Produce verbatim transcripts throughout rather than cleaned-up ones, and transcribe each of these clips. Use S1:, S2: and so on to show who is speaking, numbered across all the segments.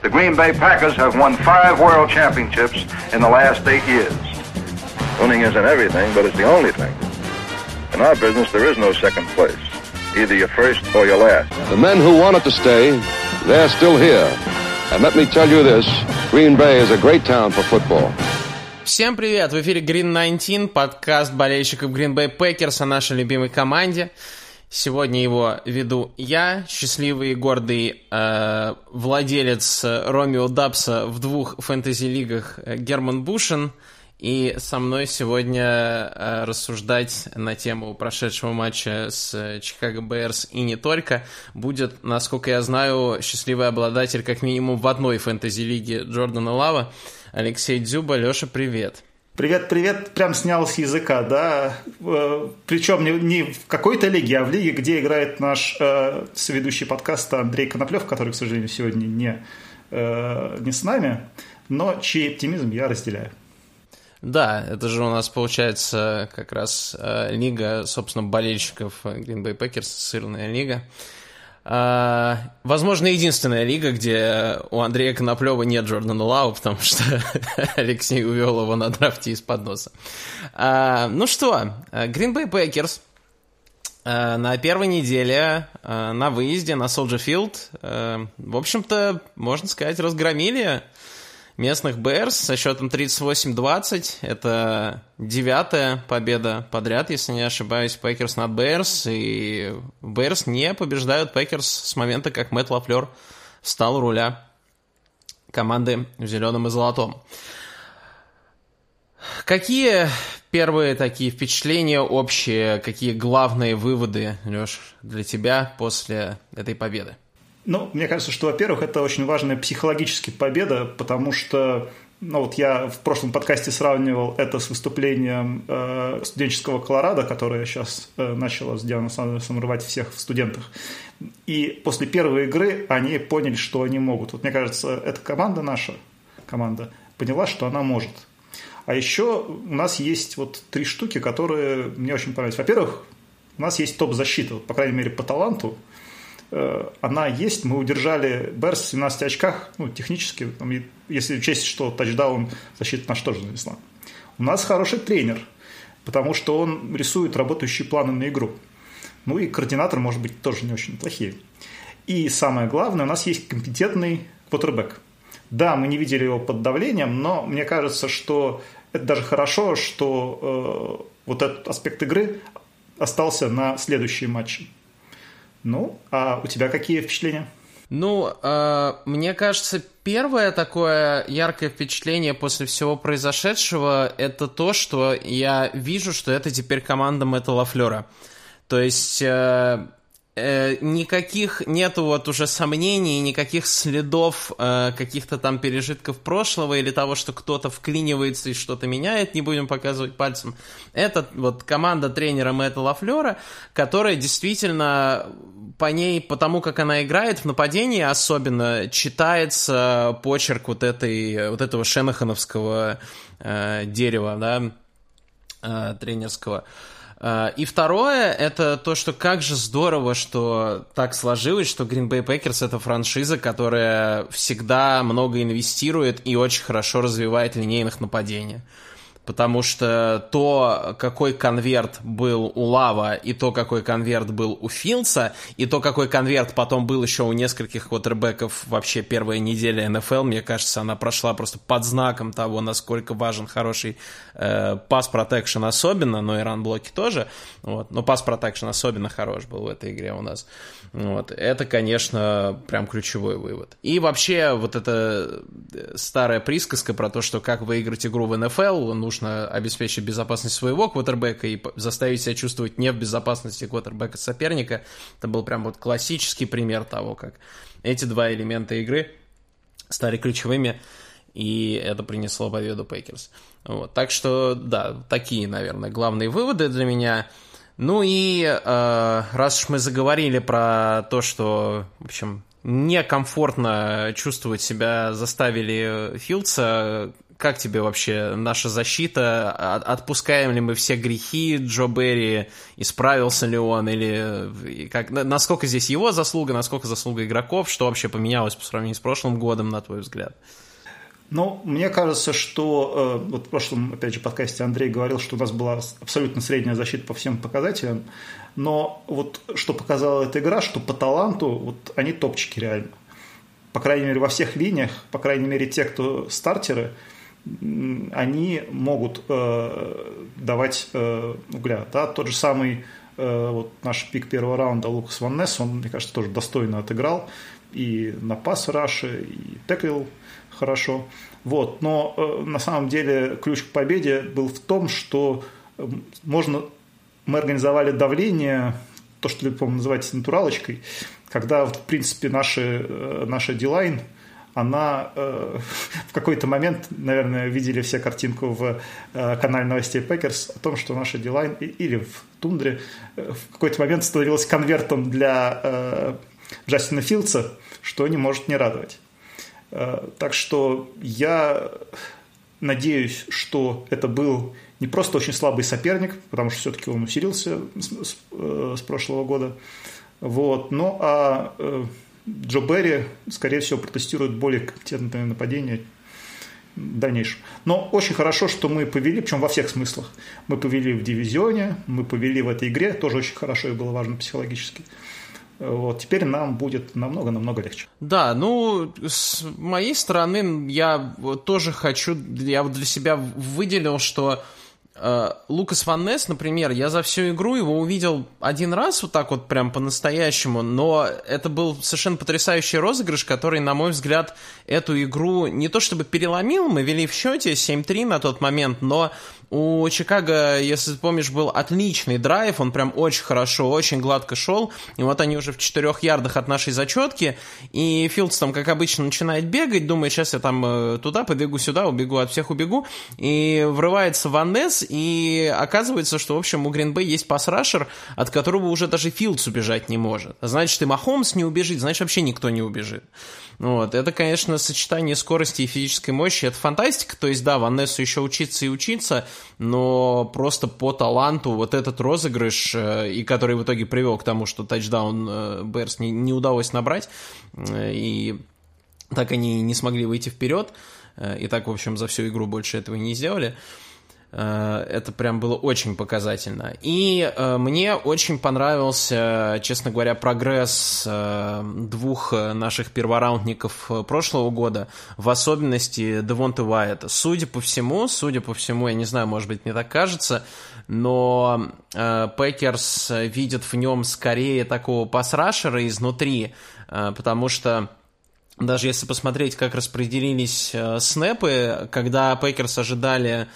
S1: The Green Bay Packers have won five world championships in the last eight years. Winning isn't everything, but it's the only thing. In our business, there is no second place. Either you're first or you're last.
S2: The men who wanted to stay, they're still here. And let me tell you this, Green Bay is a great town for football.
S3: Всем привет! В эфире Green девятнадцать, подкаст болельщиков Green Bay Packers о нашей любимой команде. Сегодня его веду я, счастливый и гордый э, владелец Ромео Дабса в двух фэнтези-лигах Герман Бушин. И со мной сегодня э, рассуждать на тему прошедшего матча с Чикаго Беарс и не только будет, насколько я знаю, счастливый обладатель как минимум в одной фэнтези-лиге Джордана Лава Алексей Дзюба. Леша, привет.
S4: Привет-привет, прям снял с языка, да, причем не, не в какой-то лиге, а в лиге, где играет наш э, соведущий подкаста Андрей Коноплев, который, к сожалению, сегодня не, э, не с нами, но чей оптимизм я разделяю.
S3: Да, это же у нас получается как раз э, лига, собственно, болельщиков Green Bay Packers, сырная лига. Uh, возможно, единственная лига, где у Андрея Коноплева нет Джордана Лава, потому что Алексей увел его на драфте из-под носа. Uh, ну что, Green Bay Packers uh, на первой неделе uh, на выезде на Soldier Field, uh, в общем-то, можно сказать, разгромили местных Bears со счетом тридцать восемь двадцать. Это девятая победа подряд, если не ошибаюсь, Packers над Bears. И Bears не побеждают Packers с момента, как Мэтт Лафлер встал у руля команды в зеленом и золотом. Какие первые такие впечатления общие, какие главные выводы, Леш, для тебя после этой победы?
S4: Ну, мне кажется, что, во-первых, это очень важная психологически победа, потому что, ну, вот я в прошлом подкасте сравнивал это с выступлением э, студенческого Колорадо, которое сейчас э, начало с Дианой Сандерсом рвать всех в студентах. И после первой игры они поняли, что они могут. Вот мне кажется, эта команда, наша команда, поняла, что она может. А еще у нас есть вот три штуки, которые мне очень понравились. Во-первых, у нас есть топ-защита, по крайней мере, по таланту. Она есть, мы удержали Берс в семнадцати очках, ну, технически, там, если учесть, что тачдаун защита наша тоже занесла. У нас хороший тренер, потому что он рисует работающие планы на игру. Ну и координатор, может быть, тоже не очень плохие. И самое главное, у нас есть компетентный квотербэк. Да, мы не видели его под давлением, но мне кажется, что это даже хорошо, что э, вот этот аспект игры остался на следующие матчи. Ну, а у тебя какие впечатления?
S3: Ну, э, мне кажется, первое такое яркое впечатление после всего произошедшего – это то, что я вижу, что это теперь команда Мэтта Лафлера. То есть э, э, никаких нету вот уже сомнений, никаких следов э, каких-то там пережитков прошлого или того, что кто-то вклинивается и что-то меняет, не будем показывать пальцем. Это вот команда тренера Мэтта Лафлера, которая действительно по ней, по тому, как она играет в нападении, особенно читается почерк вот, этой, вот этого шенахановского э, дерева, да, э, тренерского. Э, и второе, это то, что как же здорово, что так сложилось, что Green Bay Packers — это франшиза, которая всегда много инвестирует и очень хорошо развивает линейных нападений. Потому что то, какой конверт был у Лава, и то, какой конверт был у Филдса, и то, какой конверт потом был еще у нескольких квотербеков вообще первая неделя эн эф эл, мне кажется, она прошла просто под знаком того, насколько важен хороший э, пас-протекшн особенно, но и ран-блоки тоже. Вот. Но пас-протекшн особенно хорош был в этой игре у нас. Вот. Это, конечно, прям ключевой вывод. И вообще вот эта старая присказка про то, что как выиграть игру в эн эф эл, нужно обеспечить безопасность своего квотербека и заставить себя чувствовать не в безопасности квотербека соперника. Это был прям вот классический пример того, как эти два элемента игры стали ключевыми, и это принесло победу Пейкерс. Вот. Так что, да, такие, наверное, главные выводы для меня. Ну и э, раз уж мы заговорили про то, что, в общем, некомфортно чувствовать себя заставили Филдса, как тебе вообще наша защита? Отпускаем ли мы все грехи Джо Берри? Исправился ли он? Или как, насколько здесь его заслуга, насколько заслуга игроков? Что вообще поменялось по сравнению с прошлым годом, на твой взгляд?
S4: Ну, мне кажется, что э, вот в прошлом, опять же, подкасте Андрей говорил, что у нас была абсолютно средняя защита по всем показателям, но вот что показала эта игра, что по таланту вот они топчики реально. По крайней мере, во всех линиях, по крайней мере, те, кто стартеры, они могут э, давать э, угля. Да? Тот же самый э, вот наш пик первого раунда Лукас Ван Несс, он, мне кажется, тоже достойно отыграл и на пас-раше, и теклил хорошо. Вот. Но э, на самом деле ключ к победе был в том, что э, можно, мы организовали давление, то, что, по-моему, называется натуралочкой, когда, вот, в принципе, наши, э, наша D-line, она э, в какой-то момент, наверное, видели все картинку в э, канале новостей Пекерс о том, что наша D-line или в тундре э, в какой-то момент становилась конвертом для э, Джастина Филдса, что не может не радовать. Так что я надеюсь, что это был не просто очень слабый соперник, потому что все-таки он усилился с, с, с прошлого года, вот, но а Джо Берри, скорее всего, протестирует более компетентное нападение в дальнейшем. Но очень хорошо, что мы повели, причем во всех смыслах. Мы повели в дивизионе, мы повели в этой игре, тоже очень хорошо и было важно психологически. Вот, теперь нам будет намного-намного легче.
S3: Да, ну, с моей стороны, я тоже хочу, я вот для себя выделил, что э, Лукас Ван Несс, например, я за всю игру его увидел один раз вот так вот прям по-настоящему, но это был совершенно потрясающий розыгрыш, который, на мой взгляд, эту игру не то чтобы переломил, мы вели в счете семь три на тот момент, но у Чикаго, если ты помнишь, был отличный драйв, он прям очень хорошо, очень гладко шел, и вот они уже в четырех ярдах от нашей зачетки, и Филдс там, как обычно, начинает бегать, думает, сейчас я там туда побегу, сюда, убегу, от всех убегу, и врывается Ван Несс, и оказывается, что, в общем, у Green Bay есть пас-рашер, от которого уже даже Филдс убежать не может. Значит, и Махомс не убежит, значит, вообще никто не убежит. Вот. Это, конечно, сочетание скорости и физической мощи, это фантастика, то есть, да, Ван Нессу еще учиться и учиться, но просто по таланту вот этот розыгрыш, и который в итоге привел к тому, что тачдаун Берс не, не удалось набрать, и так они не смогли выйти вперед, и так, в общем, за всю игру больше этого не сделали. Это прям было очень показательно. И э, мне очень понравился, честно говоря, прогресс э, двух наших первораундников прошлого года, в особенности Девонте Уайта. Судя по всему, судя по всему, я не знаю, может быть, мне так кажется, но э, Пекерс видят в нем скорее такого пас-рашера изнутри, э, потому что даже если посмотреть, как распределились э, снэпы, когда Пекерс ожидали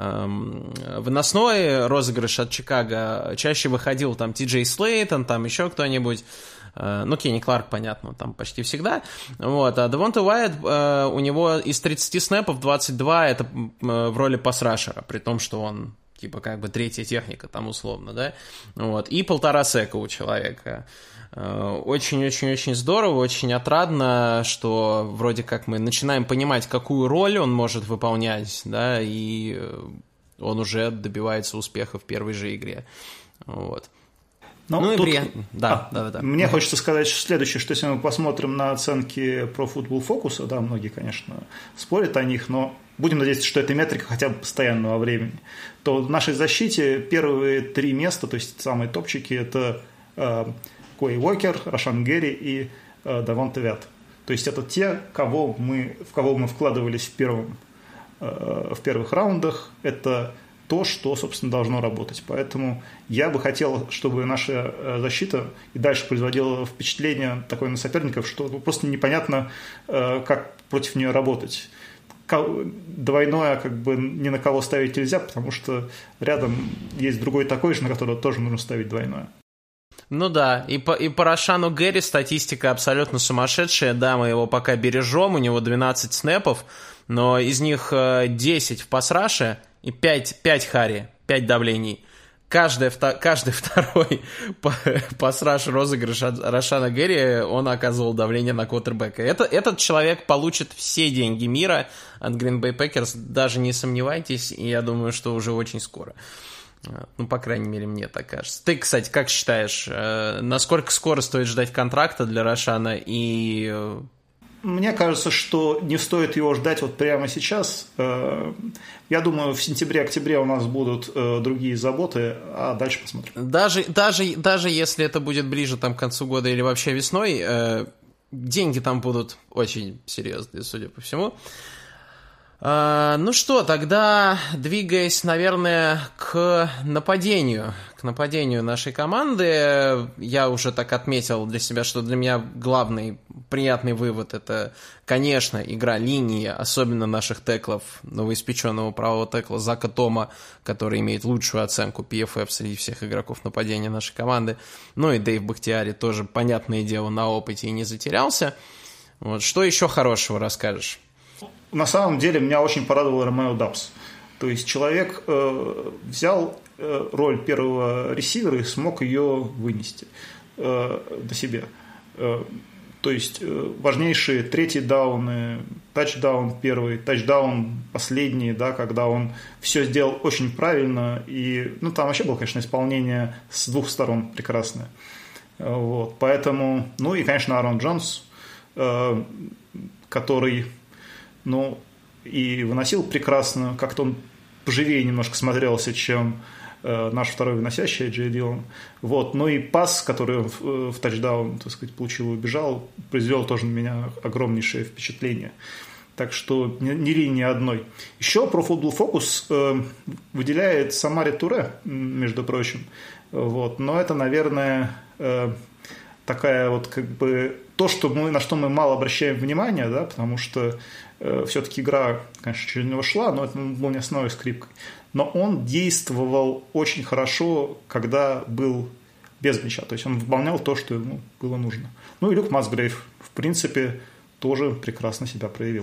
S3: выносной розыгрыш от Чикаго, чаще выходил там Ти Джей Слейтон, там еще кто-нибудь, ну, Кенни Кларк, понятно, там почти всегда, вот, а Девонте Уайт, у него из тридцати снэпов двадцать два это в роли пас-рашера, при том, что он типа как бы третья техника там условно, да, вот, и полтора сека у человека. Очень-очень-очень здорово, очень отрадно, что вроде как мы начинаем понимать, какую роль он может выполнять, да, и он уже добивается успеха в первой же игре. Вот.
S4: Но
S3: ну
S4: тут...
S3: и при... да,
S4: а,
S3: да, да, да.
S4: Мне mm-hmm. хочется сказать следующее, что если мы посмотрим на оценки Pro Football Focus, да, многие, конечно, спорят о них, но будем надеяться, что эта метрика хотя бы постоянного времени, то в нашей защите первые три места, то есть самые топчики, это э, Куэй Уокер, Рашан Герри и э, Девонте Уайт. То есть это те, кого мы, в кого мы вкладывались в, первом, э, в первых раундах. Это то, что, собственно, должно работать. Поэтому я бы хотел, чтобы наша э, защита и дальше производила впечатление такое на соперников, что ну, просто непонятно, э, как против нее работать. Двойное как бы ни на кого ставить нельзя, потому что рядом есть другой такой же, на которого тоже нужно ставить двойное.
S3: Ну да, и по, и по Рашану Герри статистика абсолютно сумасшедшая, да, мы его пока бережем, у него двенадцать снэпов, но из них десять в пас-раше и пять, пять хари, пять давлений. каждый, каждый второй пасраж розыгрыш от Рошана Гэри, он оказывал давление на квотербека. Это, этот человек получит все деньги мира от Green Bay Packers, даже не сомневайтесь, и я думаю, что уже очень скоро. Ну, по крайней мере, мне так кажется. Ты, кстати, как считаешь, насколько скоро стоит ждать контракта для Рошана и...
S4: Мне кажется, что не стоит его ждать вот прямо сейчас. Я думаю, в сентябре-октябре у нас будут другие заботы, а дальше посмотрим.
S3: Даже, даже, даже если это будет ближе там, к концу года или вообще весной, деньги там будут очень серьезные, судя по всему. Ну что, тогда двигаясь, наверное, к нападению, к нападению нашей команды, я уже так отметил для себя, что для меня главный приятный вывод — это, конечно, игра линии, особенно наших теклов, новоиспеченного правого текла Зака Тома, который имеет лучшую оценку пи эф эф среди всех игроков нападения нашей команды, ну и Дэйв Бахтиари тоже, понятное дело, на опыте и не затерялся. Вот. Что еще хорошего расскажешь?
S4: На самом деле меня очень порадовал Ромео Дабс. То есть человек э, взял э, роль первого ресивера и смог ее вынести э, до себя. Э, то есть э, важнейшие третьи дауны, тачдаун первый, тачдаун последний, да, когда он все сделал очень правильно. И, ну, там вообще было, конечно, исполнение с двух сторон прекрасное. Э, вот, поэтому, ну и, конечно, Аарон Джонс, э, который... Ну, и выносил прекрасно, как-то он поживее немножко смотрелся, чем э, наш второй выносящий, Джей Дилан. Вот. Ну и пас, который он в, в тачдаун, так сказать, получил и убежал, произвел тоже на меня огромнейшее впечатление. Так что не, не линии одной. Еще Pro Football Focus э, выделяет Самари Туре, между прочим. Вот. Но это, наверное, э, такая вот как бы то, что мы, на что мы мало обращаем внимания, да, потому что все-таки игра, конечно, через него шла, но это был не основной скрипкой. Но он действовал очень хорошо, когда был без мяча. То есть он выполнял то, что ему было нужно. Ну и Люк Масгрейв, в принципе, тоже прекрасно себя проявил.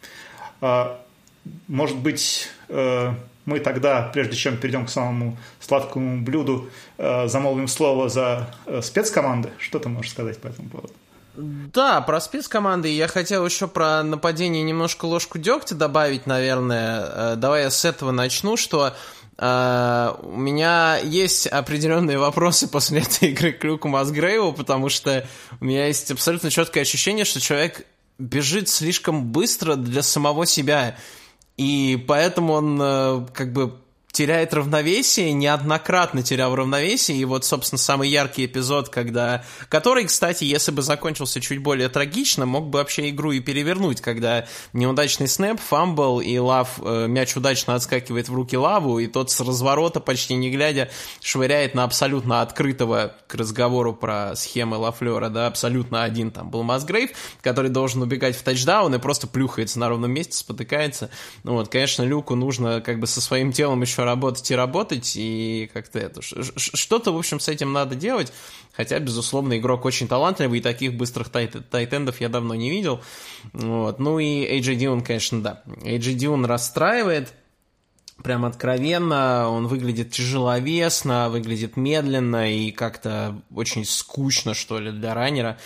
S4: Может быть, мы тогда, прежде чем перейдем к самому сладкому блюду, замолвим слово за спецкоманды. Что ты можешь сказать по этому поводу?
S3: Да, про спецкоманды я хотел еще про нападение немножко ложку дегтя добавить, наверное. Давай я с этого начну, что э, у меня есть определенные вопросы после этой игры к Люку Масгрейву, потому что у меня есть абсолютно четкое ощущение, что человек бежит слишком быстро для самого себя, и поэтому он э, как бы теряет равновесие, неоднократно терял равновесие, и вот, собственно, самый яркий эпизод, когда... который, кстати, если бы закончился чуть более трагично, мог бы вообще игру и перевернуть, когда неудачный снэп, фамбл, и Лав, э, мяч удачно отскакивает в руки Лаву, и тот с разворота, почти не глядя, швыряет на абсолютно открытого, к разговору про схемы Лафлера, да, абсолютно один там был Масгрейв, который должен убегать в тачдаун и просто плюхается на ровном месте, спотыкается. Ну вот, конечно, Люку нужно как бы со своим телом еще работать и работать, и как-то это... Что-то, в общем, с этим надо делать, хотя, безусловно, игрок очень талантливый, и таких быстрых тайт- тайтендов я давно не видел. Вот. Ну и Эй Джей Дилан, конечно, да. Эй Джей Дилан расстраивает, прям откровенно, он выглядит тяжеловесно, выглядит медленно и как-то очень скучно, что ли, для раннера.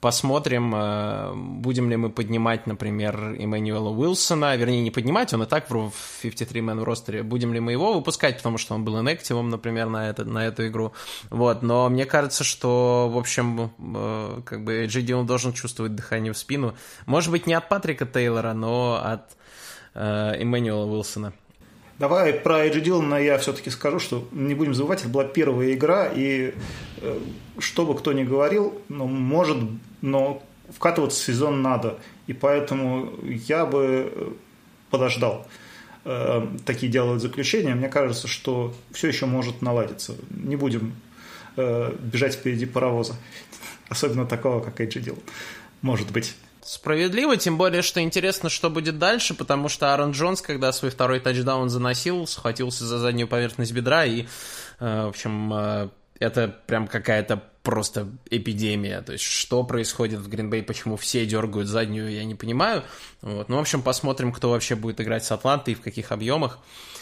S3: Посмотрим, будем ли мы поднимать, например, Эммануэла Уилсона, вернее, не поднимать, он и так в пятьдесят три мен ростере, будем ли мы его выпускать, потому что он был инактивом, например, на, это, на эту игру. Вот. Но мне кажется, что, в общем, как бы Джей Дилан должен чувствовать дыхание в спину. Может быть, не от Патрика Тейлора, но от Эммануэла Уилсона.
S4: Давай про Эй Джей Дилана я все-таки скажу, что не будем забывать, это была первая игра, и э, что бы кто ни говорил, ну, может, но вкатываться в сезон надо, и поэтому я бы подождал. Э, такие делают заключения, мне кажется, что все еще может наладиться. Не будем э, бежать впереди паровоза, особенно такого, как Эй Джей Дилан, может быть.
S3: Справедливо, тем более, что интересно, что будет дальше, потому что Аарон Джонс, когда свой второй тачдаун заносил, схватился за заднюю поверхность бедра, и, э, в общем, э, это прям какая-то просто эпидемия. То есть, что происходит в Green Bay, почему все дергают заднюю, я не понимаю. Вот. Ну, в общем, посмотрим, кто вообще будет играть с Атлантой и в каких объемах.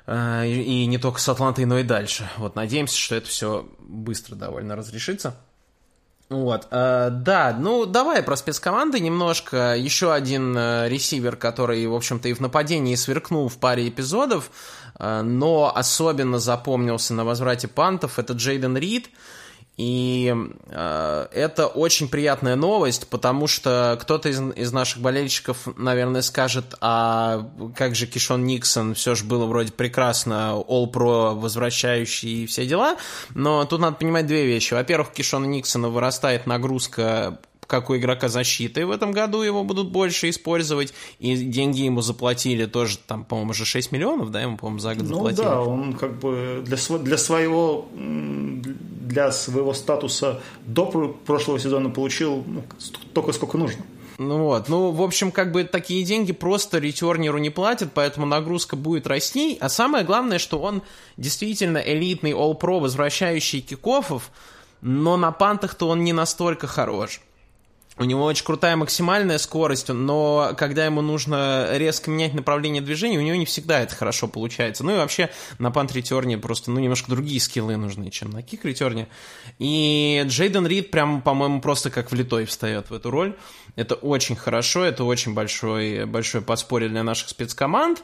S3: И не только с Атлантой, но и дальше. Вот, надеемся, что это все быстро довольно разрешится. Вот, э, да, ну давай про спецкоманды немножко. Еще один э, ресивер, который, в общем-то, и в нападении сверкнул в паре эпизодов, э, но особенно запомнился на возврате пантов, это Джейден Рид. И э, это очень приятная новость, потому что кто-то из, из наших болельщиков, наверное, скажет, а как же Кишон Никсон, все же было вроде прекрасно, All-Pro возвращающий и все дела, но тут надо понимать две вещи. Во-первых, у Кишона Никсона вырастает нагрузка, как у игрока защиты, в этом году его будут больше использовать, и деньги ему заплатили тоже, там, по-моему, уже шесть миллионов, да, ему, по-моему, за год заплатили.
S4: Ну да, он как бы для, для своего для своего статуса до прошлого сезона получил ну, только сколько нужно.
S3: Ну вот, ну, в общем, как бы такие деньги просто ретернеру не платят, поэтому нагрузка будет расти, а самое главное, что он действительно элитный All-Pro, возвращающий кикоффов, но на пантах-то он не настолько хорош. У него очень крутая максимальная скорость, но когда ему нужно резко менять направление движения, у него не всегда это хорошо получается. Ну и вообще на пант-ретерне просто ну, немножко другие скиллы нужны, чем на кик-ретерне. И Джейден Рид прям, по-моему, просто как влитой встает в эту роль. Это очень хорошо, это очень большой, большое подспорье для наших спецкоманд.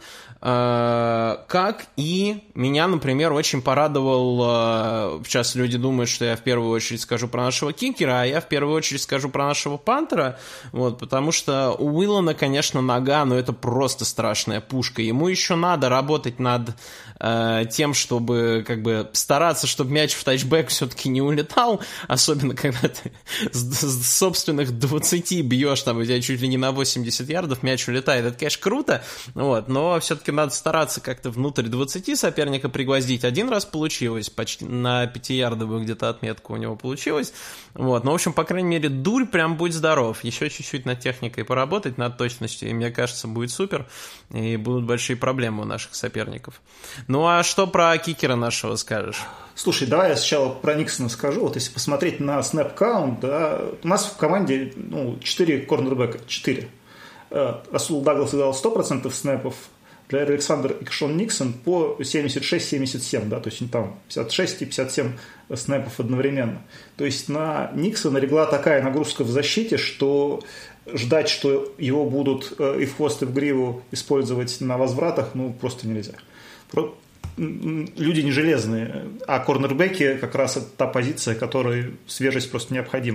S3: Как и меня, например, очень порадовал, сейчас люди думают, что я в первую очередь скажу про нашего кикера, а я в первую очередь скажу про нашего пантера, вот, потому что у Уиллана, конечно, нога, но это просто страшная пушка. Ему еще надо работать над э, тем, чтобы как бы стараться, чтобы мяч в тачбэк все-таки не улетал, особенно когда ты с, с собственных двадцати бьешь, там у тебя чуть ли не на восемьдесят ярдов мяч улетает. Это, конечно, круто, вот, но все-таки надо стараться как-то внутрь двадцати соперника пригвоздить. Один раз получилось, почти на пятиярдовую где-то отметку у него получилось. Вот, но, в общем, по крайней мере, дурь прям будь здоров. Еще чуть-чуть над техникой поработать, над точностью, и, мне кажется, будет супер, и будут большие проблемы у наших соперников. Ну, а что про кикера нашего скажешь?
S4: Слушай, давай я сначала про Никсона скажу. Вот если посмотреть на снэп-каунт, да, у нас в команде ну, четыре корнербека, четыре. Расул Даглас играл сто процентов снэпов, для Александра и Кишон Никсон по семьдесят шесть семьдесят семь, да, то есть там пятьдесят шесть и пятьдесят семь снэпов одновременно. То есть на Никсона легла такая нагрузка в защите, что ждать, что его будут и в хвост, и в гриву использовать на возвратах, ну, просто нельзя. Люди не железные, а корнербеки как раз это та позиция, которой свежесть просто необходима.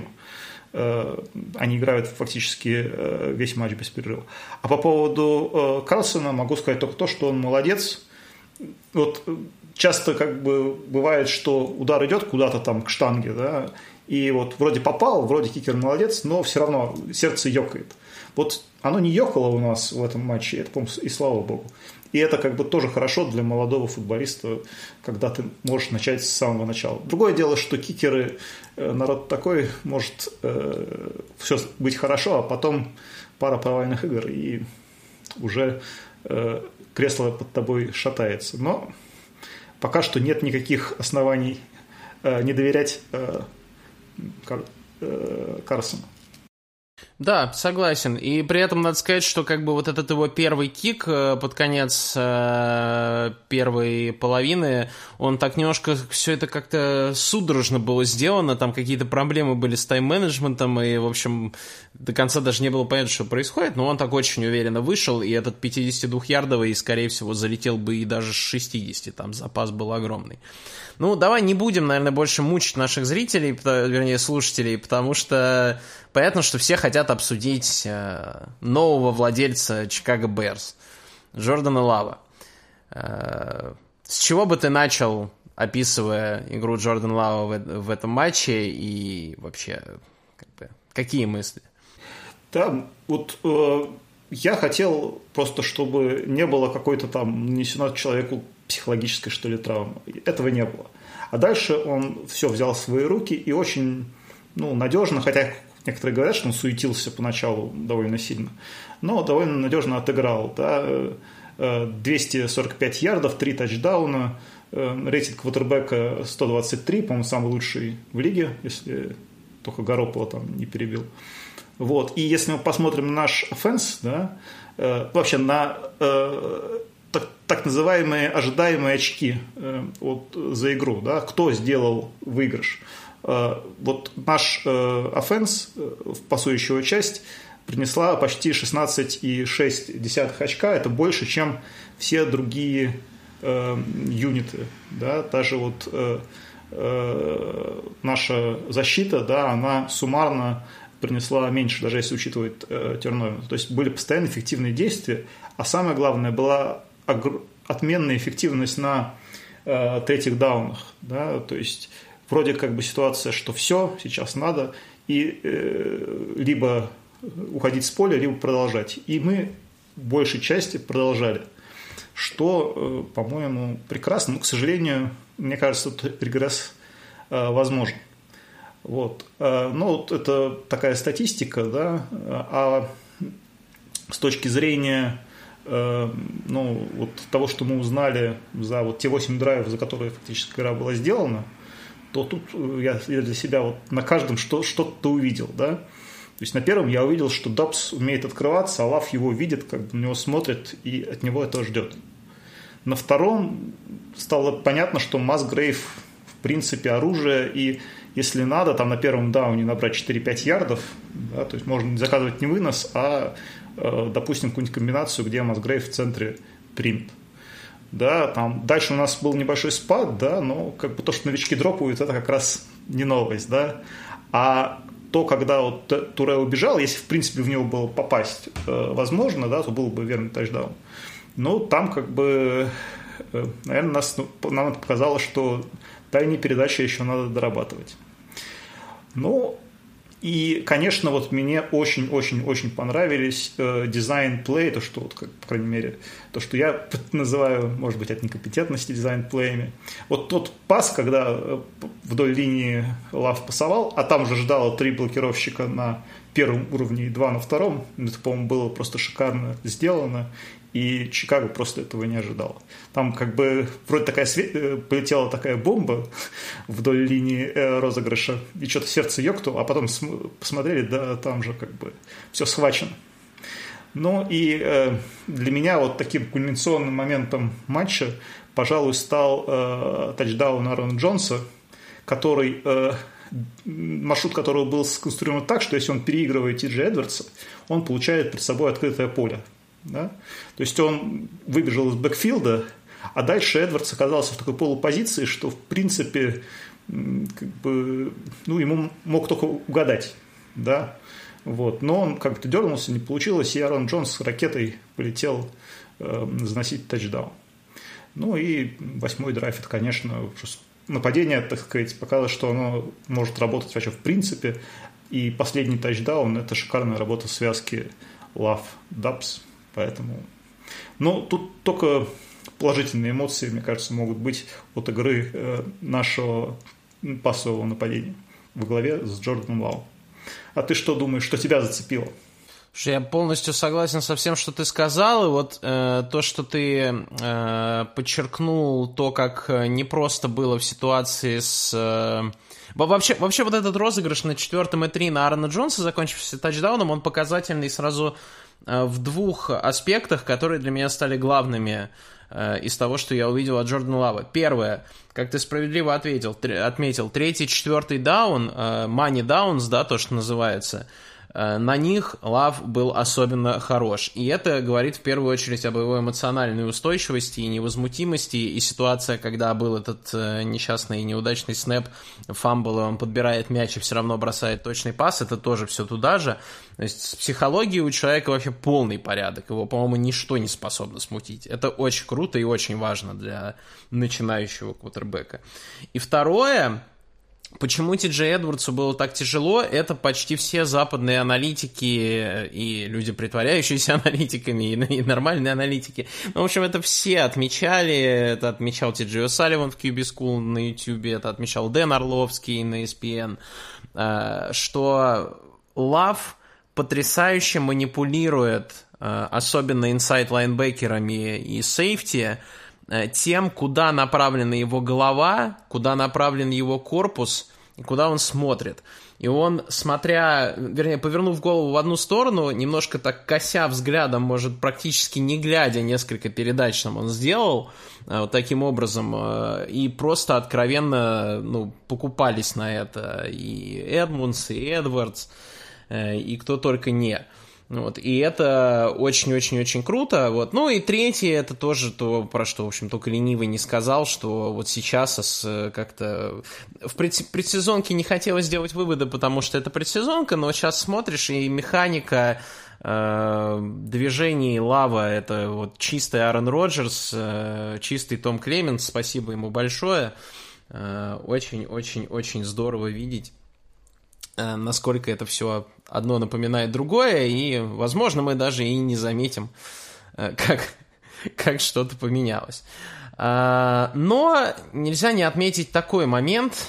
S4: Они играют фактически весь матч без перерыва. А по поводу Карлсона могу сказать только то, что он молодец. Вот часто как бы бывает, что удар идет куда-то там к штанге, да, и вот вроде попал, вроде кикер молодец, но все равно сердце ёкает. Вот оно не ёкало у нас в этом матче, это, по-моему, и слава богу. И это как бы тоже хорошо для молодого футболиста, когда ты можешь начать с самого начала. Другое дело, что кикеры, народ такой, может э, все быть хорошо, а потом пара провальных игр, и уже э, кресло под тобой шатается. Но пока что нет никаких оснований э, не доверять э, Кар, э, Карсону.
S3: Да, согласен. И при этом надо сказать, что как бы вот этот его первый кик под конец э, первой половины, он так немножко все это как-то судорожно было сделано, там какие-то проблемы были с тайм-менеджментом, и, в общем, до конца даже не было понятно, что происходит, но он так очень уверенно вышел, и этот пятидесятидвухярдовый, скорее всего, залетел бы и даже с шестидесяти, там запас был огромный. Ну, давай не будем, наверное, больше мучить наших зрителей, вернее, слушателей, потому что понятно, что все хотят обсудить э, нового владельца Чикаго Берс, Джордана Лава. Э, с чего бы ты начал, описывая игру Джордана Лава в, в этом матче, и вообще, как бы, какие мысли?
S4: Да, вот э, я хотел просто, чтобы не было какой-то там нанесено человеку психологической, что ли, травмы. Этого не было. А дальше он все взял в свои руки и очень ну, надежно, хотя некоторые говорят, что он суетился поначалу довольно сильно, но довольно надежно отыграл. Да? двести сорок пять ярдов, три тачдауна, рейтинг квотербека сто двадцать три, по-моему, самый лучший в лиге, если только Гарополо там не перебил. Вот. И если мы посмотрим на наш оффенс, да, вообще на так, так называемые ожидаемые очки э, вот, за игру, да, кто сделал выигрыш. Э, вот наш э, офенс, э, пасующая часть, принесла почти шестнадцать целых шесть десятых очка, это больше, чем все другие э, юниты, да, даже вот э, э, наша защита, да, она суммарно принесла меньше, даже если учитывать э, терновер. То есть были постоянно эффективные действия, а самое главное, была огр... отменная эффективность на э, третьих даунах. Да? То есть вроде как бы ситуация, что все, сейчас надо, и э, либо уходить с поля, либо продолжать. И мы в большей части продолжали, что, э, по-моему, прекрасно. Но, к сожалению, мне кажется, тут регресс э, возможен. Вот. Ну, вот это такая статистика, да, а с точки зрения ну, вот того, что мы узнали за вот те восемь драйвов, за которые фактически игра была сделана, то тут я, я для себя вот на каждом что, что-то увидел, да. То есть на первом я увидел, что Дабс умеет открываться, а Лав его видит, как бы на него смотрит и от него этого ждет. На втором стало понятно, что Масгрейв в принципе оружие, и если надо, там на первом дауне набрать четыре-пять ярдов, да, то есть можно заказывать не вынос, а, э, допустим, какую-нибудь комбинацию, где Масгрейв в центре примет. Да, там дальше у нас был небольшой спад, да, но как бы то, что новички дропают, это как раз не новость, да. А то, когда вот Туре убежал, если в принципе в него было попасть э, возможно, да, то был бы верный тачдаун. Но там как бы, э, наверное, нас, ну, нам это показало, что дальние передачи еще надо дорабатывать. Ну, и, конечно, вот мне очень-очень-очень понравились э, дизайн-плей, то, что, вот, как, по крайней мере, то, что я называю, может быть, от некомпетентности дизайн-плеями. Вот тот пас, когда вдоль линии Лав пасовал, а там уже ждало три блокировщика на первом уровне и два на втором, это, по-моему, было просто шикарно сделано, и Чикаго просто этого не ожидал. Там как бы вроде такая свет... полетела такая бомба вдоль линии розыгрыша, и что-то сердце ёкнуло, а потом посмотрели, да, там же как бы все схвачено. Ну и э, для меня вот таким кульминационным моментом матча, пожалуй, стал э, тачдаун Аарона Джонса, который... Э, маршрут которого был сконструирован так, что если он переигрывает Ти Джей Эдвардса, он получает перед собой открытое поле. Да? То есть он выбежал из бэкфилда, а дальше Эдвардс оказался в такой полупозиции, что в принципе как бы, ну, ему мог только угадать. Да? Вот. Но он как-то дернулся, не получилось, и Аарон Джонс с ракетой полетел э, заносить тачдаун. Ну и восьмой драйв, это, конечно, нападение, так сказать, показало, что оно может работать вообще в принципе. И последний тачдаун – это шикарная работа связки Лав-Дабс. Поэтому, ну, тут только положительные эмоции, мне кажется, могут быть от игры э, нашего пасового нападения во главе с Джорданом Лау. А ты что думаешь, что тебя зацепило?
S3: Я полностью согласен со всем, что ты сказал, и вот э, то, что ты э, подчеркнул, то, как непросто было в ситуации с... Э, вообще, вообще вот этот розыгрыш на четвертом и три на Аарона Джонса, закончившийся тачдауном, он показательный сразу э, в двух аспектах, которые для меня стали главными э, из того, что я увидел от Джордана Лава. Первое, как ты справедливо ответил, тр- отметил, третий, четвертый даун, э, money downs, да, то, что называется, на них Лав был особенно хорош. И это говорит в первую очередь об его эмоциональной устойчивости и невозмутимости. И ситуация, когда был этот несчастный и неудачный снэп, фамбл, и он подбирает мяч и все равно бросает точный пас, это тоже все туда же. То есть с психологией у человека вообще полный порядок. Его, по-моему, ничто не способно смутить. Это очень круто и очень важно для начинающего квотербека. И второе... Почему Ти Джей Эдвардсу было так тяжело, это почти все западные аналитики и люди, притворяющиеся аналитиками, и нормальные аналитики. Ну, в общем, это все отмечали. Это отмечал Ти Джей О'Салливан в кью би School на YouTube, это отмечал Дэн Орловский на и эс пи эн, что Лав потрясающе манипулирует, особенно инсайд-лайнбекерами и сейфти, тем, куда направлена его голова, куда направлен его корпус и куда он смотрит. И он, смотря, вернее, повернув голову в одну сторону, немножко так кося взглядом, может, практически не глядя, несколько передач там он сделал вот таким образом, и просто откровенно, ну, покупались на это и Эдмундс, и Эдвардс, и кто только не. Вот, и это очень-очень-очень круто. Вот. Ну и третье, это тоже то, про что, в общем, только ленивый не сказал, что вот сейчас с, как-то в пред, предсезонке не хотелось делать выводы, потому что это предсезонка, но сейчас смотришь, и механика э, движений Лава, это вот чистый Аарон Роджерс, э, чистый Том Клеменс, спасибо ему большое. Э, очень-очень-очень здорово видеть, э, насколько это все одно напоминает другое, и, возможно, мы даже и не заметим, как, как что-то поменялось. Но нельзя не отметить такой момент,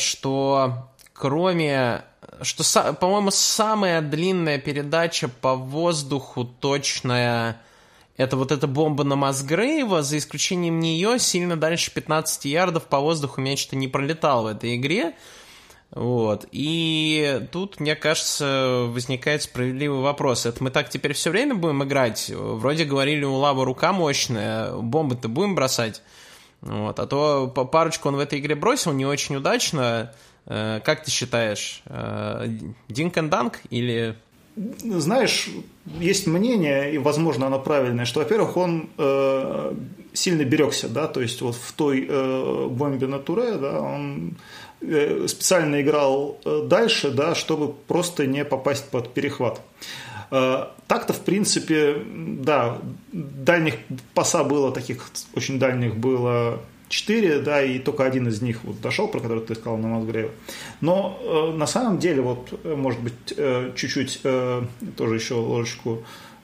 S3: что кроме... что, по-моему, самая длинная передача по воздуху точная... Это вот эта бомба на Масгрейва, за исключением нее, сильно дальше пятнадцать ярдов по воздуху мяч что не пролетал в этой игре. Вот. И тут, мне кажется, возникает справедливый вопрос. Это мы так теперь все время будем играть? Вроде говорили, у Лава рука мощная, бомбы-то будем бросать? Вот. А то парочку он в этой игре бросил не очень удачно. Как ты считаешь, динк энд данк или...
S4: Знаешь, есть мнение, и, возможно, оно правильное, что, во-первых, он э, сильно берегся, да, то есть вот в той э, бомбе на Туре, да, он э, специально играл дальше, да, чтобы просто не попасть под перехват. Э, так-то, в принципе, да, дальних паса было таких, очень дальних было четыре, да, и только один из них вот дошел, про который ты сказал, на Масгрейва. Но э, на самом деле, вот, может быть, э, чуть-чуть э, тоже еще ложечку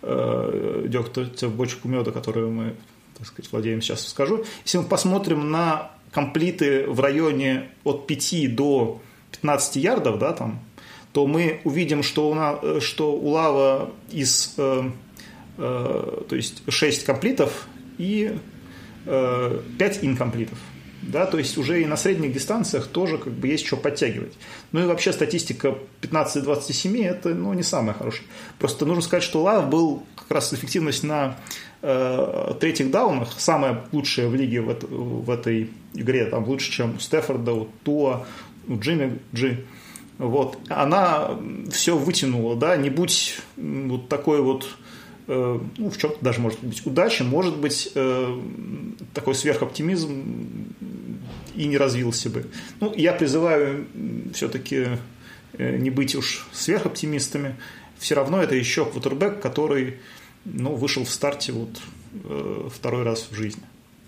S4: э, дегтя в бочку меда, которую мы, так сказать, владеем, сейчас скажу. Если мы посмотрим на комплиты в районе от пяти до пятнадцати ярдов, да, там, то мы увидим, что у, нас, что у Лава из, э, э, то есть, шесть комплитов и пять инкомплитов, да, то есть уже и на средних дистанциях тоже как бы есть что подтягивать. Ну и вообще статистика пятнадцать двадцать семь это, ну, не самая хорошая. Просто нужно сказать, что Лав был как раз эффективность на э, третьих даунах самая лучшая в лиге в, это, в этой игре, там лучше, чем у Стефорда, у Туа, у Джимми Джи. Вот. Она все вытянула, да, не будь вот такой вот, ну, в чем-то даже, может быть, удача, может быть, э, такой сверхоптимизм и не развился бы. Ну, я призываю все-таки э, не быть уж сверхоптимистами. Все равно это еще квотербек, который, ну, вышел в старте вот, э, второй раз в жизни.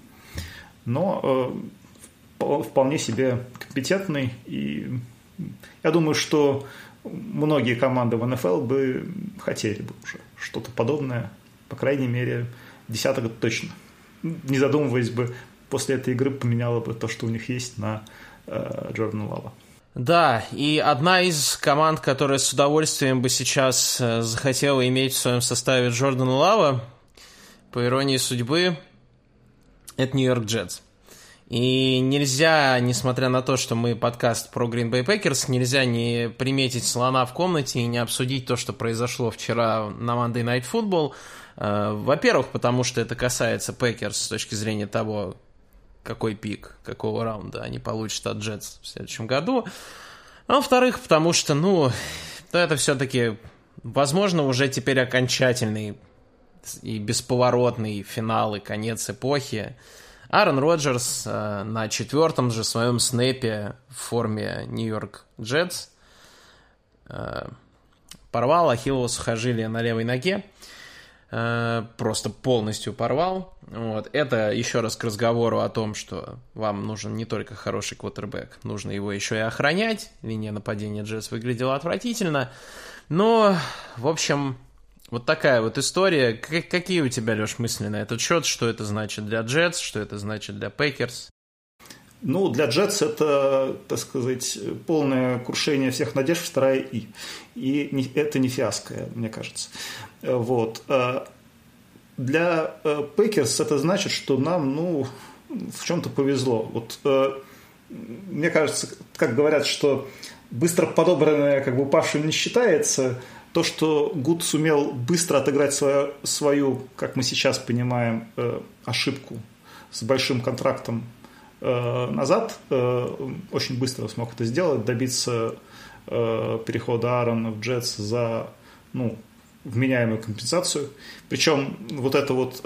S4: Но э, вполне себе компетентный. И я думаю, что многие команды в эн эф эл бы хотели бы уже что-то подобное, по крайней мере, десяток точно. Не задумываясь бы, после этой игры поменяло бы то, что у них есть, на э, Джордана Лава.
S3: Да, и одна из команд, которая с удовольствием бы сейчас э, захотела иметь в своем составе Джордана Лава, по иронии судьбы, это Нью-Йорк Джетс. И нельзя, несмотря на то, что мы подкаст про Green Bay Packers, нельзя не приметить слона в комнате и не обсудить то, что произошло вчера на Monday Night Football. Во-первых, потому что это касается Packers с точки зрения того, какой пик, какого раунда они получат от Jets в следующем году. А во-вторых, потому что, ну, это все-таки, возможно, уже теперь окончательный и бесповоротный финал и конец эпохи. Аарон Роджерс э, на четвертом же своем снэпе в форме Нью-Йорк Джетс э, порвал ахиллово сухожилие на левой ноге. Э, просто полностью порвал. Вот. Это еще раз к разговору о том, что вам нужен не только хороший квотербек, нужно его еще и охранять. Линия нападения Джетс выглядела отвратительно. Но, в общем... Вот такая вот история. К- какие у тебя, Леш, мысли на этот счет? Что это значит для Джетс? Что это значит для Пекерс?
S4: Ну, для Джетс это, так сказать, полное крушение всех надежд, вторая И. И не, это не фиаско, мне кажется. Вот. Для Пекерс это значит, что нам, ну, в чем-то повезло. Вот, мне кажется, как говорят, что быстро подобранное как бы упавшим не считается. То, что Гуд сумел быстро отыграть свою, свою как мы сейчас понимаем, ошибку с большим контрактом назад, очень быстро смог это сделать, добиться перехода Аарона в Джетс за, ну, вменяемую компенсацию. Причем вот это вот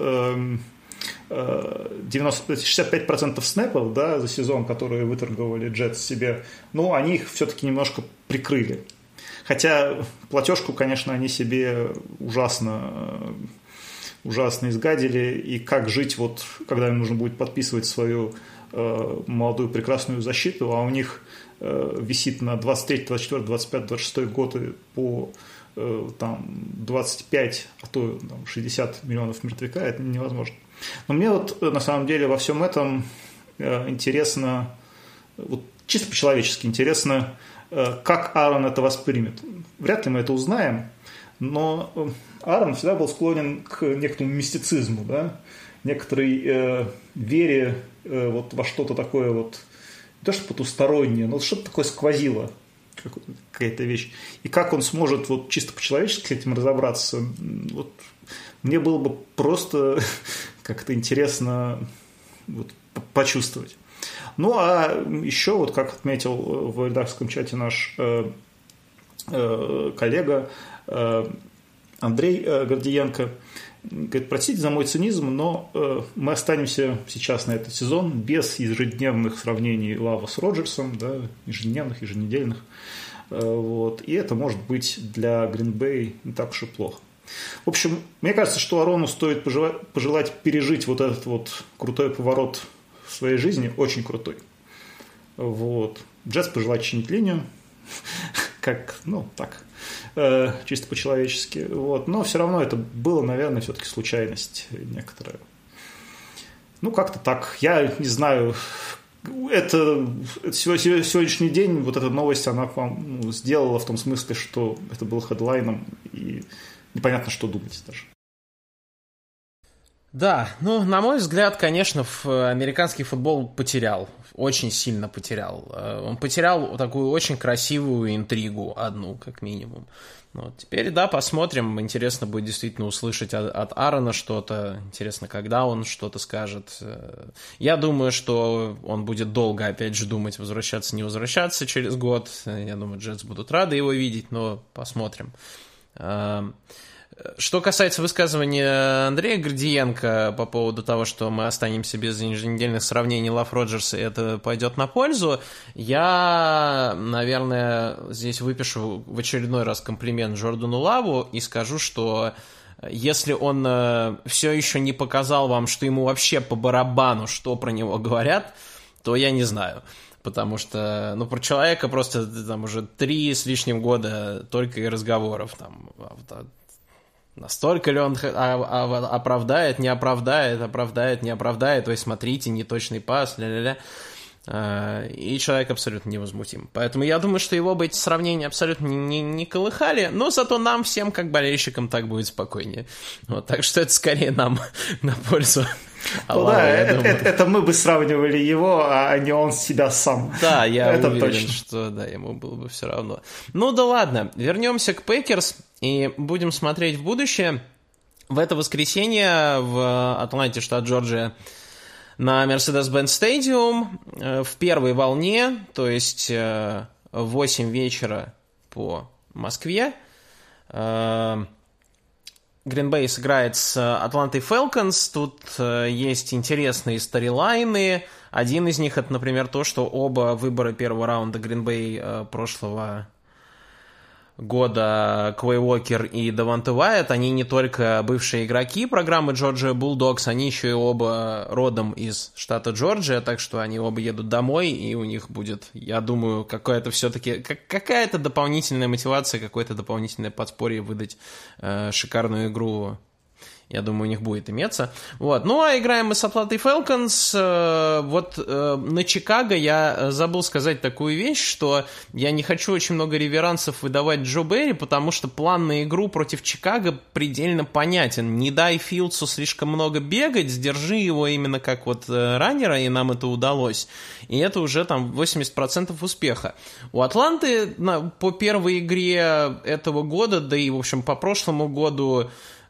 S4: девяносто, шестьдесят пять процентов снэпов, да, за сезон, которые выторговали Джетс себе, ну, они их все-таки немножко прикрыли. Хотя платежку, конечно, они себе ужасно, ужасно изгадили. И как жить, вот, когда им нужно будет подписывать свою э, молодую прекрасную защиту, а у них э, висит на двадцать третий, двадцать четвёртый, двадцать пятый, двадцать шестой годы по э, там, двадцать пять, а то там, шестьдесят миллионов мертвяка, это невозможно. Но мне вот на самом деле во всем этом э, интересно, вот, чисто по-человечески интересно, как Аарон это воспримет. Вряд ли мы это узнаем, но Аарон всегда был склонен к некоторому мистицизму, да? Некоторой э, вере э, вот во что-то такое вот, не то что потустороннее, но что-то такое сквозило, какая-то вещь. И как он сможет вот чисто по-человечески с этим разобраться, вот, мне было бы просто как-то интересно вот, почувствовать. Ну, а еще, вот как отметил в редакторском чате наш э, э, коллега э, Андрей э, Гордиенко, говорит, простите за мой цинизм, но э, мы останемся сейчас на этот сезон без ежедневных сравнений Лава с Роджерсом, да, ежедневных, еженедельных. Э, вот, и это может быть для Green Bay не так уж и плохо. В общем, мне кажется, что Аарону стоит пожелать, пожелать пережить вот этот вот крутой поворот в своей жизни, очень крутой. Вот. Джетс пожелать чинить линию, как, ну, так, э, чисто по-человечески. Вот. Но все равно это было, наверное, все-таки случайность некоторая. Ну, как-то так. Я не знаю, это, это сегодняшний день, вот эта новость, она ну, сделала в том смысле, что это был хедлайном, и непонятно, что думать даже.
S3: Да, ну, на мой взгляд, конечно, американский футбол потерял, очень сильно потерял. Он потерял такую очень красивую интригу, одну, как минимум. Вот. Теперь, да, посмотрим. Интересно будет действительно услышать от, от Аарона что-то. Интересно, когда он что-то скажет. Я думаю, что он будет долго, опять же, думать, возвращаться, не возвращаться через год. Я думаю, Джетс будут рады его видеть, но посмотрим. Что касается высказывания Андрея Гордиенко по поводу того, что мы останемся без еженедельных сравнений Лав Роджерс, и это пойдет на пользу, я, наверное, здесь выпишу в очередной раз комплимент Джордану Лаву и скажу, что если он все еще не показал вам, что ему вообще по барабану, что про него говорят, то я не знаю. Потому что, ну, про человека просто там уже три с лишним года только и разговоров там. Настолько ли он оправдает, не оправдает, оправдает, не оправдает, то есть смотрите, неточный пас, ля-ля-ля. И человек абсолютно невозмутим. Поэтому я думаю, что его бы эти сравнения абсолютно не, не колыхали, но зато нам всем, как болельщикам, так будет спокойнее. Вот, так что это скорее нам на пользу.
S4: Ну Аллах, да, это, это, это мы бы сравнивали его, а не он себя сам.
S3: Да, я
S4: это
S3: уверен,
S4: точно.
S3: что да, ему было бы все равно. Ну да ладно, вернемся к Пекерс и будем смотреть в будущее. В это воскресенье в Атланте, штат Джорджия, на Mercedes-Benz Stadium в первой волне, то есть в восемь вечера по Москве, Green Bay сыграет с Atlanta Falcons. Тут э, есть интересные сторилайны. Один из них, это, например, то, что оба выбора первого раунда Green Bay э, прошлого года, Квей Уокер и Девонте Уайт, они не только бывшие игроки программы Georgia Bulldogs, они еще и оба родом из штата Джорджия, так что они оба едут домой, и у них будет, я думаю, какая-то все-таки, как, какая-то дополнительная мотивация, какое-то дополнительное подспорье выдать э, шикарную игру я думаю, у них будет иметься. Вот. Ну, а играем мы с Атлантой Falcons. Вот на Чикаго я забыл сказать такую вещь, что я не хочу очень много реверансов выдавать Джо Берри, потому что план на игру против Чикаго предельно понятен. Не дай Филдсу слишком много бегать, сдержи его именно как вот раннера, и нам это удалось. И это уже там восемьдесят процентов успеха. У Атланты на, по первой игре этого года, да и, в общем, по прошлому году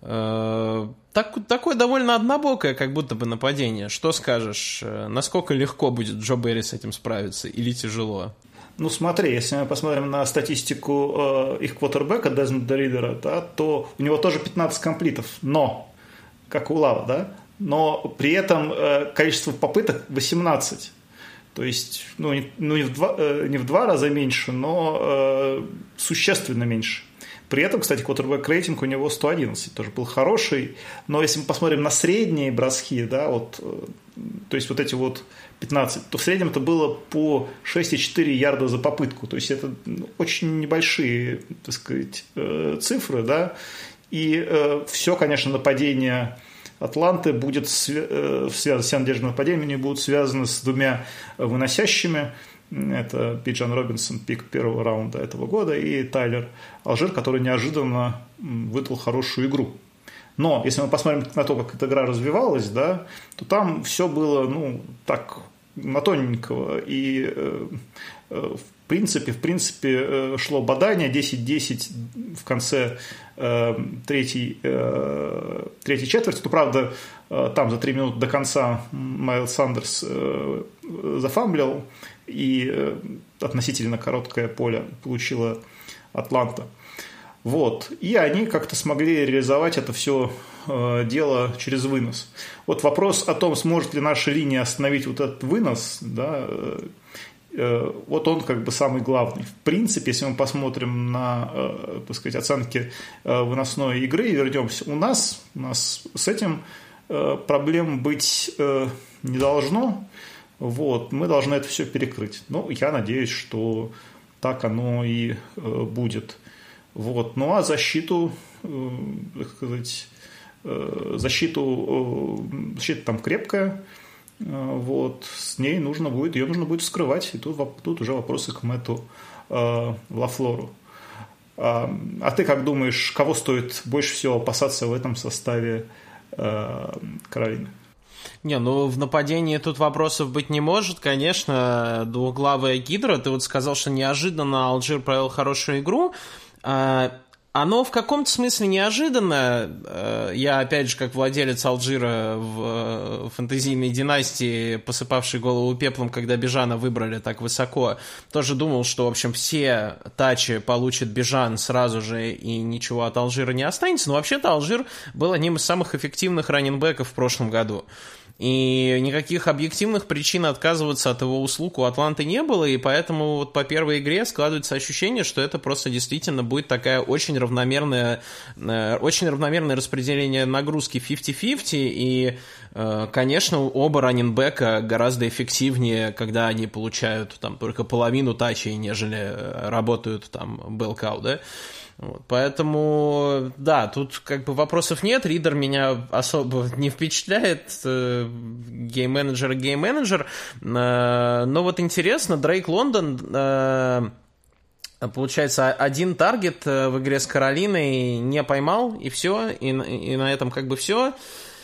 S3: э, так, такое довольно однобокое, как будто бы нападение. Что скажешь? Насколько легко будет Джо Берри с этим справиться или тяжело?
S4: Ну смотри, если мы посмотрим на статистику э, их квотербека Дезмонда Ридера, да, то у него тоже пятнадцать комплитов, но, как у Лава, да, но при этом э, количество попыток восемнадцать. То есть, ну, не, ну, не, в два, э, не в два раза меньше, но э, существенно меньше. При этом, кстати, квотербэк рейтинг у него сто одиннадцать, тоже был хороший. Но если мы посмотрим на средние броски, да, вот, э, то есть вот эти вот пятнадцать, то в среднем это было по шесть целых четыре десятых ярда за попытку. То есть это очень небольшие, так сказать, э, цифры, да. И э, все, конечно, нападение Атланты будет связано, все надежды на нападение будут связаны с двумя выносящими. Это Биджан Робинсон, пик первого раунда этого года, и Тайлер Алжир, который неожиданно выдал хорошую игру. Но если мы посмотрим на то, как эта игра развивалась, да, то там все было, ну, так, на тоненького. И э, э, в принципе, в принципе шло бадание десять десять в конце э, третьей, э, третьей четверти. Ну, правда, э, там за три минуты до конца Майлз Сандерс э, зафамблил, и э, относительно короткое поле получила Атланта. Вот. И они как-то смогли реализовать это все э, дело через вынос. Вот вопрос о том, сможет ли наша линия остановить вот этот вынос, да, э, э, вот он как бы самый главный. В принципе, если мы посмотрим на, э, так сказать, оценки э, выносной игры и вернемся, у нас, у нас с этим э, проблем быть э, не должно. Вот. Мы должны это все перекрыть. Ну, я надеюсь, что так оно и э, будет. Вот. Ну а защиту, э, так сказать, э, защиту, э, защита там крепкая, э, вот, с ней нужно будет, ее нужно будет вскрывать, и тут, тут уже вопросы к Мэтту э, Лафлору. А, а ты как думаешь, кого стоит больше всего опасаться в этом составе э, Каролины?
S3: Не, ну в нападении тут вопросов быть не может, конечно, двуглавая гидра. Ты вот сказал, что неожиданно Алжир провел хорошую игру. Оно в каком-то смысле неожиданно. Я, опять же, как владелец Алжира в фэнтезийной династии, посыпавший голову пеплом, когда Бежана выбрали так высоко, тоже думал, что, в общем, все тачи получит Бежан сразу же и ничего от Алжира не останется. Но вообще-то Алжир был одним из самых эффективных раннинбеков в прошлом году. И никаких объективных причин отказываться от его услуг у Атланты не было, и поэтому вот по первой игре складывается ощущение, что это просто действительно будет такая очень равномерная, очень равномерное распределение нагрузки пятьдесят на пятьдесят, и, конечно, оба раннинбека гораздо эффективнее, когда они получают там только половину тачей, нежели работают там белкау, да? Вот, поэтому, да, тут как бы вопросов нет, Ридер меня особо не впечатляет, гейм-менеджер и гейм-менеджер, но вот интересно, Дрейк Лондон, получается, один таргет в игре с Каролиной не поймал, и все, и, и на этом как бы все.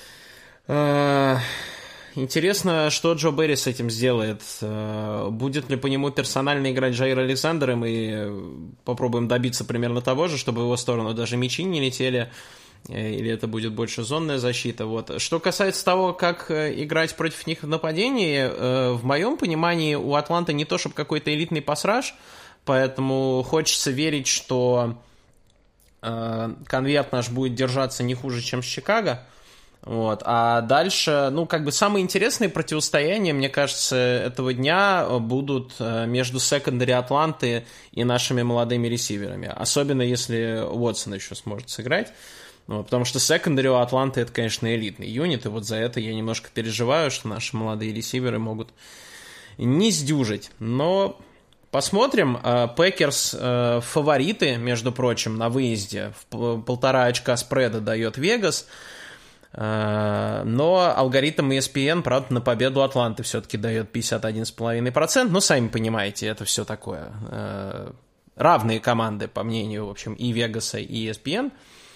S3: Интересно, что Джо Берри с этим сделает. Будет ли по нему персонально играть Джаир Александр, и мы попробуем добиться примерно того же, чтобы в его сторону даже мячи не летели, или это будет больше зонная защита. Вот. Что касается того, как играть против них в нападении, в моем понимании у Атланты не то чтобы какой-то элитный пасраж, поэтому хочется верить, что конверт наш будет держаться не хуже, чем с Чикаго. Вот. А дальше, ну, как бы самые интересные противостояния, мне кажется, этого дня будут между секондари Атланты и нашими молодыми ресиверами. Особенно, если Уотсон еще сможет сыграть. Вот, потому что секондари у Атланты — это, конечно, элитный юнит, и вот за это я немножко переживаю, что наши молодые ресиверы могут не сдюжить. Но посмотрим. Пекерс фавориты, между прочим, на выезде. В полтора очка спреда дает Вегас. Но алгоритм и эс пи эн, правда, на победу Атланты все-таки дает пятьдесят один целых пять десятых процента. Ну, сами понимаете, это все такое. Равные команды, по мнению, в общем, и Вегаса, и эс пи эн.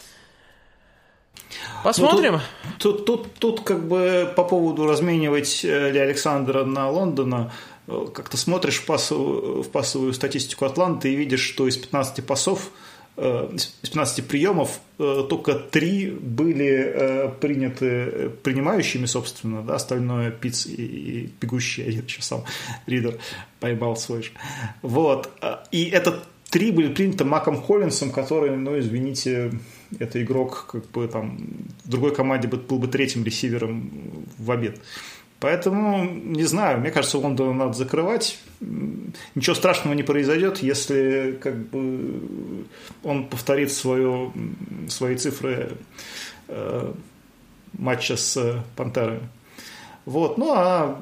S3: Посмотрим.
S4: Ну, тут, тут, тут, тут как бы по поводу разменивать ли Александра на Лондона, как-то смотришь в пасовую, в пасовую статистику Атланты и видишь, что из пятнадцати пасов, из пятнадцати приемов только три были приняты принимающими, собственно, да, остальное Питц и, и бегущий, один еще сам Ридер поймал свой же. Вот. И это три были приняты Маком Холлинсом, который, ну, извините, это игрок, как бы там в другой команде был бы третьим ресивером в обед. Поэтому, не знаю, мне кажется, Лондон надо закрывать. Ничего страшного не произойдет, если как бы он повторит свое, свои цифры э, матча с Пантерами. Вот. Ну, а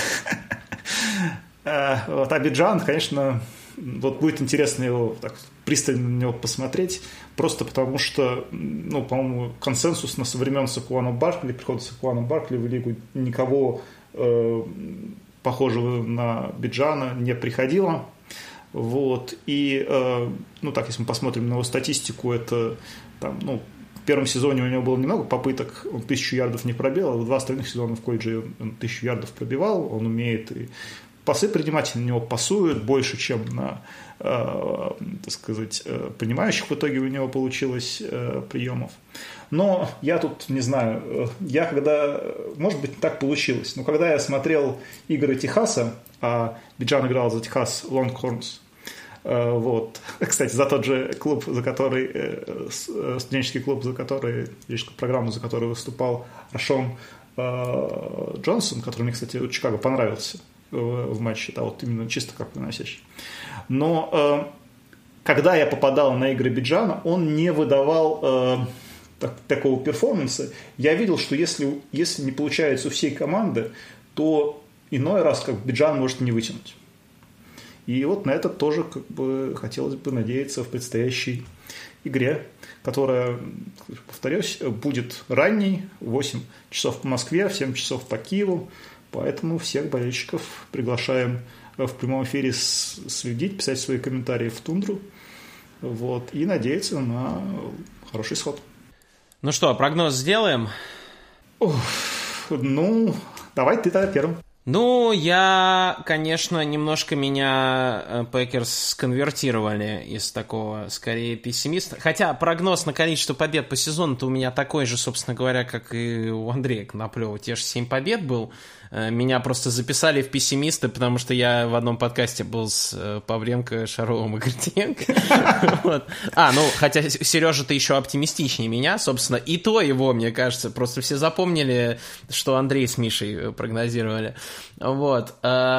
S4: вот Абиджан, конечно, вот будет интересно его так пристально на него посмотреть, просто потому что, ну, по-моему, консенсус на со времен Сакуана Баркли, прихода Сакуана Баркли в лигу, никого э, похожего на Биджана не приходило. Вот. И, э, ну, так, если мы посмотрим на его статистику, это там, ну, в первом сезоне у него было немного попыток, он тысячу ярдов не пробил, а в два остальных сезона в колледже он тысячу ярдов пробивал, он умеет и пасы принимать, на него пасуют больше, чем на, э, так сказать, э, принимающих в итоге у него получилось э, приемов. Но я тут не знаю, я когда, может быть, так получилось, но когда я смотрел игры Техаса, а Биджан играл за Техас Longhorns, э, вот, кстати, за тот же клуб, за который, э, студенческий клуб, за который, студенческую программу, за которую выступал Рашон э, Джонсон, который мне, кстати, у Чикаго понравился в матче, да, вот именно чисто как выносящий. Но э, когда я попадал на игры Биджана, он не выдавал э, так, такого перформанса. Я видел, что если, если не получается у всей команды, то иной раз как Биджан может не вытянуть. И вот на это тоже как бы хотелось бы надеяться в предстоящей игре, которая, повторюсь, будет ранней, в восемь часов по Москве, в семь часов по Киеву. Поэтому всех болельщиков приглашаем в прямом эфире следить, писать свои комментарии в Тундру, вот, и надеяться на хороший исход.
S3: Ну что, прогноз сделаем?
S4: Ух, ну, давай ты тогда первым.
S3: Ну, я, конечно, немножко меня Пэкерс сконвертировали из такого, скорее, пессимиста. Хотя прогноз на количество побед по сезону-то у меня такой же, собственно говоря, как и у Андрея Коноплева. Те же семь побед был. Меня просто записали в пессимисты, потому что я в одном подкасте был с Павленко, Шаровым и Гритенко. А, ну, хотя Сережа-то еще оптимистичнее меня, собственно. И то его, мне кажется, просто все запомнили, что Андрей с Мишей прогнозировали. Вот.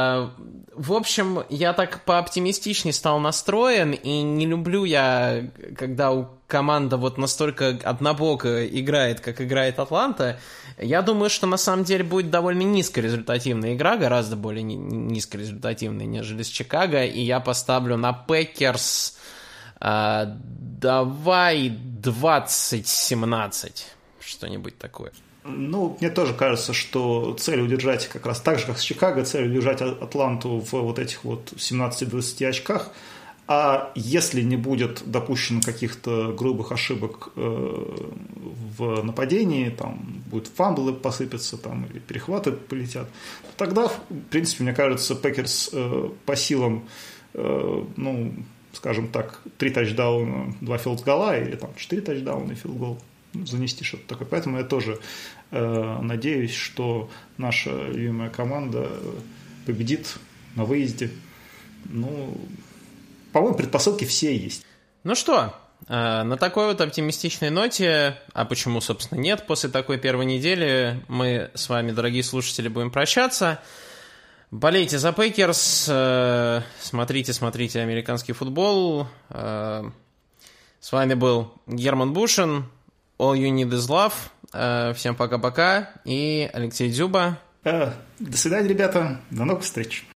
S3: В общем, я так пооптимистичнее стал настроен, и не люблю я, когда у команда вот настолько однобоко играет, как играет Атланта. Я думаю, что на самом деле будет довольно низкорезультативная игра, гораздо более низкорезультативная, нежели с Чикаго, и я поставлю на Пэкерс э, давай двадцать семнадцать, что-нибудь такое.
S4: Ну, мне тоже кажется, что цель удержать как раз так же, как с Чикаго, цель удержать Атланту в вот этих вот семнадцати-двадцати очках. А если не будет допущено каких-то грубых ошибок э, в нападении, там будут фамблы посыпятся, там, или перехваты полетят, то тогда, в принципе, мне кажется, Пэкерс э, по силам, э, ну, скажем так, три тачдауна, два филдгола, или там четыре тачдауна и филдгол, ну, занести что-то такое. Поэтому я тоже э, надеюсь, что наша любимая команда победит на выезде. Ну, по-моему, предпосылки все есть.
S3: Ну что, на такой вот оптимистичной ноте, а почему, собственно, нет, после такой первой недели мы с вами, дорогие слушатели, будем прощаться. Болейте за Пэкерс, смотрите, смотрите американский футбол. С вами был Герман Бушин, All You Need Is Love. Всем пока-пока. И Алексей Дзюба.
S4: До свидания, ребята. До новых встреч.